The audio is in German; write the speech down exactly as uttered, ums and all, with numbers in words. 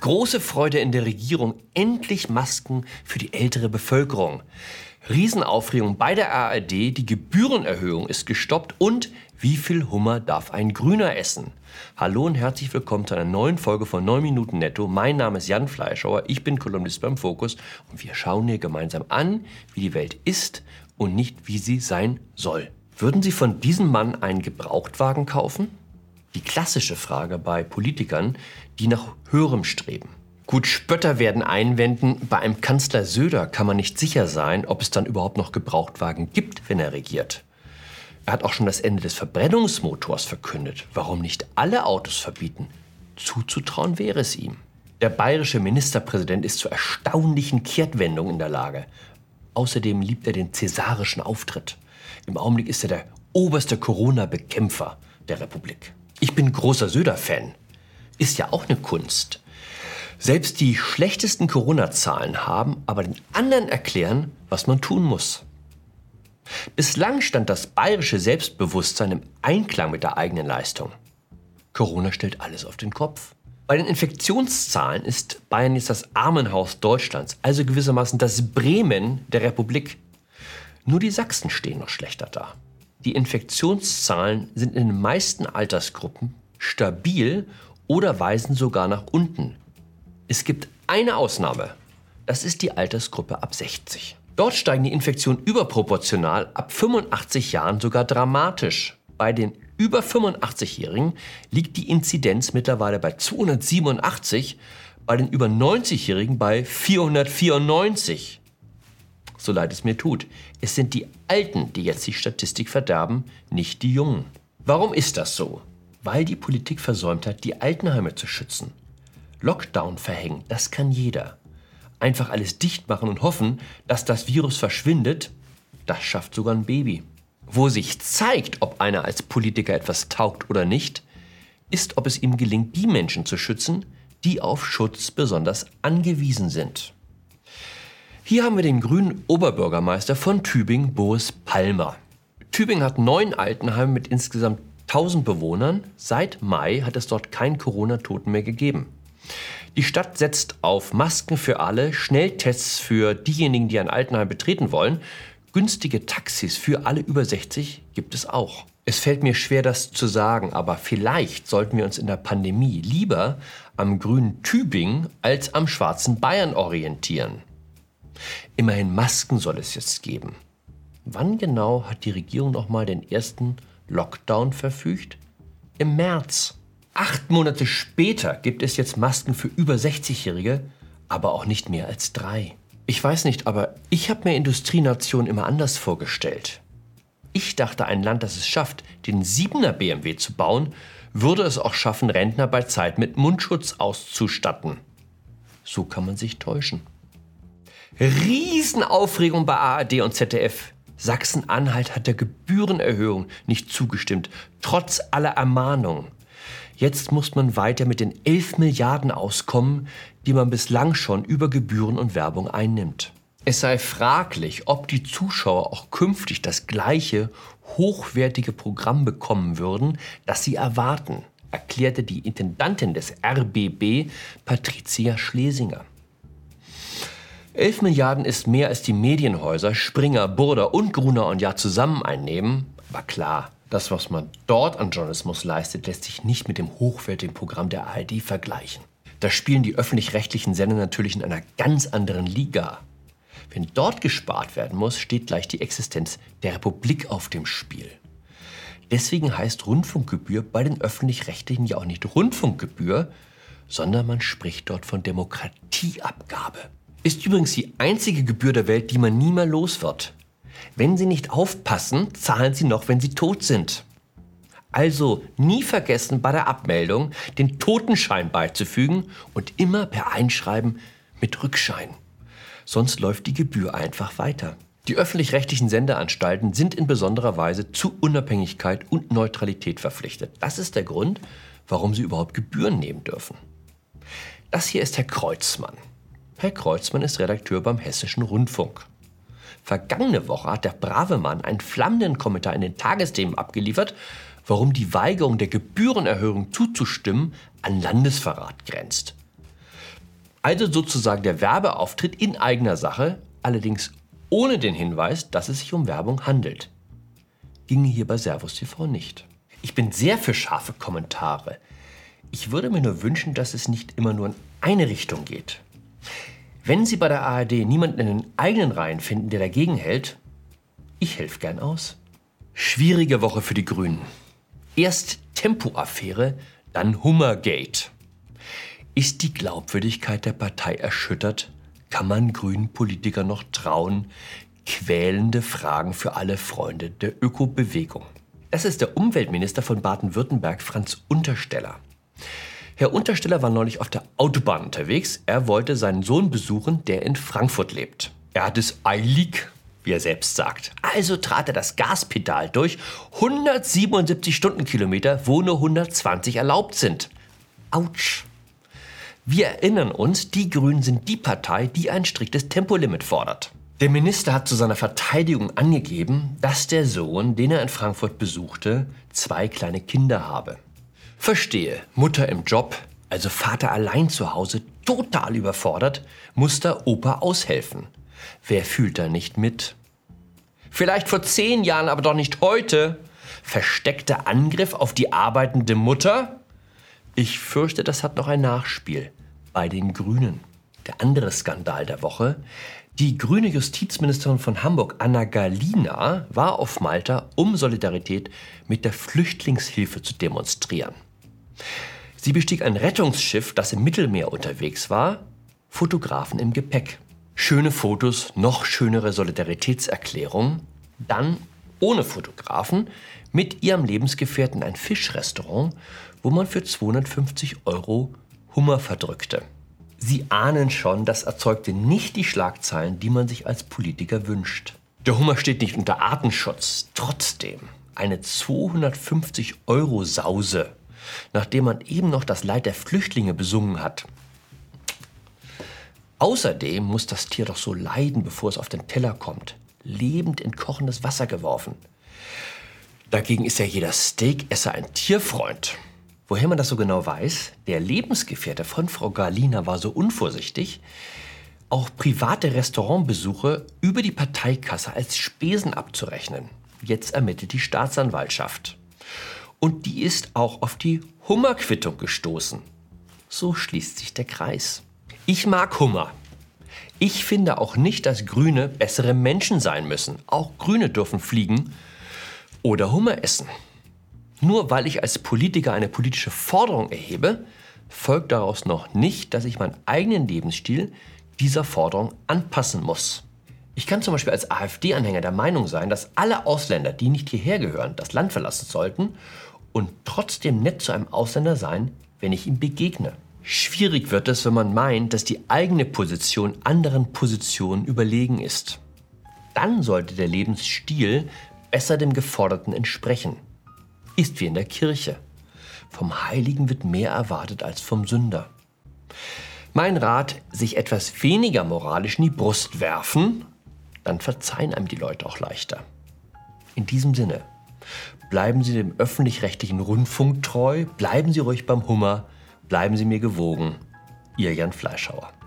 Große Freude in der Regierung, endlich Masken für die ältere Bevölkerung. Riesenaufregung bei der A R D, die Gebührenerhöhung ist gestoppt und wie viel Hummer darf ein Grüner essen? Hallo und herzlich willkommen zu einer neuen Folge von neun Minuten Netto. Mein Name ist Jan Fleischhauer, ich bin Kolumnist beim Fokus und wir schauen hier gemeinsam an, wie die Welt ist und nicht, wie sie sein soll. Würden Sie von diesem Mann einen Gebrauchtwagen kaufen? Die klassische Frage bei Politikern, die nach Höherem streben. Gut, Spötter werden einwenden, bei einem Kanzler Söder kann man nicht sicher sein, ob es dann überhaupt noch Gebrauchtwagen gibt, wenn er regiert. Er hat auch schon das Ende des Verbrennungsmotors verkündet. Warum nicht alle Autos verbieten? Zuzutrauen wäre es ihm. Der bayerische Ministerpräsident ist zu erstaunlichen Kehrtwendungen in der Lage. Außerdem liebt er den cäsarischen Auftritt. Im Augenblick ist er der oberste Corona-Bekämpfer der Republik. Ich bin großer Söder-Fan. Ist ja auch eine Kunst. Selbst die schlechtesten Corona-Zahlen haben aber den anderen erklären, was man tun muss. Bislang stand das bayerische Selbstbewusstsein im Einklang mit der eigenen Leistung. Corona stellt alles auf den Kopf. Bei den Infektionszahlen ist Bayern jetzt das Armenhaus Deutschlands, also gewissermaßen das Bremen der Republik. Nur die Sachsen stehen noch schlechter da. Die Infektionszahlen sind in den meisten Altersgruppen stabil oder weisen sogar nach unten. Es gibt eine Ausnahme. Das ist die Altersgruppe ab sechzig. Dort steigen die Infektionen überproportional, ab fünfundachtzig Jahren sogar dramatisch. Bei den über fünfundachtzigjährigen liegt die Inzidenz mittlerweile bei zweihundertsiebenundachtzig, bei den über neunzigjährigen bei vierhundertvierundneunzig. So leid es mir tut. Es sind die Alten, die jetzt die Statistik verderben, nicht die Jungen. Warum ist das so? Weil die Politik versäumt hat, die Altenheime zu schützen. Lockdown verhängen, das kann jeder. Einfach alles dicht machen und hoffen, dass das Virus verschwindet, das schafft sogar ein Baby. Wo sich zeigt, ob einer als Politiker etwas taugt oder nicht, ist, ob es ihm gelingt, die Menschen zu schützen, die auf Schutz besonders angewiesen sind. Hier haben wir den grünen Oberbürgermeister von Tübingen, Boris Palmer. Tübingen hat neun Altenheime mit insgesamt tausend Bewohnern. Seit Mai hat es dort keinen Corona-Toten mehr gegeben. Die Stadt setzt auf Masken für alle, Schnelltests für diejenigen, die ein Altenheim betreten wollen. Günstige Taxis für alle über sechzig gibt es auch. Es fällt mir schwer, das zu sagen, aber vielleicht sollten wir uns in der Pandemie lieber am grünen Tübingen als am schwarzen Bayern orientieren. Immerhin Masken soll es jetzt geben. Wann genau hat die Regierung noch mal den ersten Lockdown verfügt? Im März. Acht Monate später gibt es jetzt Masken für über sechzigjährige, aber auch nicht mehr als drei. Ich weiß nicht, aber ich habe mir Industrienationen immer anders vorgestellt. Ich dachte, ein Land, das es schafft, den siebener B M W zu bauen, würde es auch schaffen, Rentner bei Zeit mit Mundschutz auszustatten. So kann man sich täuschen. Riesenaufregung bei A R D und Z D F. Sachsen-Anhalt hat der Gebührenerhöhung nicht zugestimmt, trotz aller Ermahnungen. Jetzt muss man weiter mit den elf Milliarden auskommen, die man bislang schon über Gebühren und Werbung einnimmt. Es sei fraglich, ob die Zuschauer auch künftig das gleiche hochwertige Programm bekommen würden, das sie erwarten, erklärte die Intendantin des R B B, Patricia Schlesinger. elf Milliarden ist mehr, als die Medienhäuser Springer, Burda und Gruner und Jahr zusammen einnehmen. Aber klar, das, was man dort an Journalismus leistet, lässt sich nicht mit dem hochwertigen Programm der A R D vergleichen. Da spielen die öffentlich-rechtlichen Sender natürlich in einer ganz anderen Liga. Wenn dort gespart werden muss, steht gleich die Existenz der Republik auf dem Spiel. Deswegen heißt Rundfunkgebühr bei den öffentlich-rechtlichen ja auch nicht Rundfunkgebühr, sondern man spricht dort von Demokratieabgabe. Ist übrigens die einzige Gebühr der Welt, die man nie mehr los wird. Wenn Sie nicht aufpassen, zahlen Sie noch, wenn Sie tot sind. Also nie vergessen, bei der Abmeldung den Totenschein beizufügen und immer per Einschreiben mit Rückschein. Sonst läuft die Gebühr einfach weiter. Die öffentlich-rechtlichen Sendeanstalten sind in besonderer Weise zu Unabhängigkeit und Neutralität verpflichtet. Das ist der Grund, warum sie überhaupt Gebühren nehmen dürfen. Das hier ist Herr Kreuzmann. Herr Kreuzmann ist Redakteur beim Hessischen Rundfunk. Vergangene Woche hat der brave Mann einen flammenden Kommentar in den Tagesthemen abgeliefert, warum die Weigerung der Gebührenerhöhung zuzustimmen an Landesverrat grenzt. Also sozusagen der Werbeauftritt in eigener Sache, allerdings ohne den Hinweis, dass es sich um Werbung handelt. Ginge hier bei Servus T V nicht. Ich bin sehr für scharfe Kommentare. Ich würde mir nur wünschen, dass es nicht immer nur in eine Richtung geht. Wenn Sie bei der A R D niemanden in den eigenen Reihen finden, der dagegen hält, ich helfe gern aus. Schwierige Woche für die Grünen. Erst Tempo-Affäre, dann Hummergate. Ist die Glaubwürdigkeit der Partei erschüttert? Kann man grünen Politikern noch trauen? Quälende Fragen für alle Freunde der Ökobewegung. Das ist der Umweltminister von Baden-Württemberg, Franz Untersteller. Herr Untersteller war neulich auf der Autobahn unterwegs. Er wollte seinen Sohn besuchen, der in Frankfurt lebt. Er hat es eilig, wie er selbst sagt. Also trat er das Gaspedal durch. hundertsiebenundsiebzig Stundenkilometer, wo nur hundertzwanzig erlaubt sind. Autsch. Wir erinnern uns, die Grünen sind die Partei, die ein striktes Tempolimit fordert. Der Minister hat zu seiner Verteidigung angegeben, dass der Sohn, den er in Frankfurt besuchte, zwei kleine Kinder habe. Verstehe, Mutter im Job, also Vater allein zu Hause, total überfordert, muss der Opa aushelfen. Wer fühlt da nicht mit? Vielleicht vor zehn Jahren, aber doch nicht heute. Versteckter Angriff auf die arbeitende Mutter? Ich fürchte, das hat noch ein Nachspiel bei den Grünen. Der andere Skandal der Woche: Die grüne Justizministerin von Hamburg, Anna Gallina, war auf Malta, um Solidarität mit der Flüchtlingshilfe zu demonstrieren. Sie bestieg ein Rettungsschiff, das im Mittelmeer unterwegs war, Fotografen im Gepäck. Schöne Fotos, noch schönere Solidaritätserklärungen. Dann, ohne Fotografen, mit ihrem Lebensgefährten ein Fischrestaurant, wo man für zweihundertfünfzig Euro Hummer verdrückte. Sie ahnen schon, das erzeugte nicht die Schlagzeilen, die man sich als Politiker wünscht. Der Hummer steht nicht unter Artenschutz. Trotzdem eine zweihundertfünfzig Euro Sause, nachdem man eben noch das Leid der Flüchtlinge besungen hat. Außerdem muss das Tier doch so leiden, bevor es auf den Teller kommt. Lebend in kochendes Wasser geworfen. Dagegen ist ja jeder Steakesser ein Tierfreund. Woher man das so genau weiß? Der Lebensgefährte von Frau Gallina war so unvorsichtig, auch private Restaurantbesuche über die Parteikasse als Spesen abzurechnen. Jetzt ermittelt die Staatsanwaltschaft. Und die ist auch auf die Hummerquittung gestoßen. So schließt sich der Kreis. Ich mag Hummer. Ich finde auch nicht, dass Grüne bessere Menschen sein müssen. Auch Grüne dürfen fliegen oder Hummer essen. Nur weil ich als Politiker eine politische Forderung erhebe, folgt daraus noch nicht, dass ich meinen eigenen Lebensstil dieser Forderung anpassen muss. Ich kann zum Beispiel als AfD-Anhänger der Meinung sein, dass alle Ausländer, die nicht hierher gehören, das Land verlassen sollten und trotzdem nett zu einem Ausländer sein, wenn ich ihm begegne. Schwierig wird es, wenn man meint, dass die eigene Position anderen Positionen überlegen ist. Dann sollte der Lebensstil besser dem Geforderten entsprechen. Ist wie in der Kirche. Vom Heiligen wird mehr erwartet als vom Sünder. Mein Rat: sich etwas weniger moralisch in die Brust werfen, dann verzeihen einem die Leute auch leichter. In diesem Sinne, bleiben Sie dem öffentlich-rechtlichen Rundfunk treu, bleiben Sie ruhig beim Hummer, bleiben Sie mir gewogen. Ihr Jan Fleischhauer.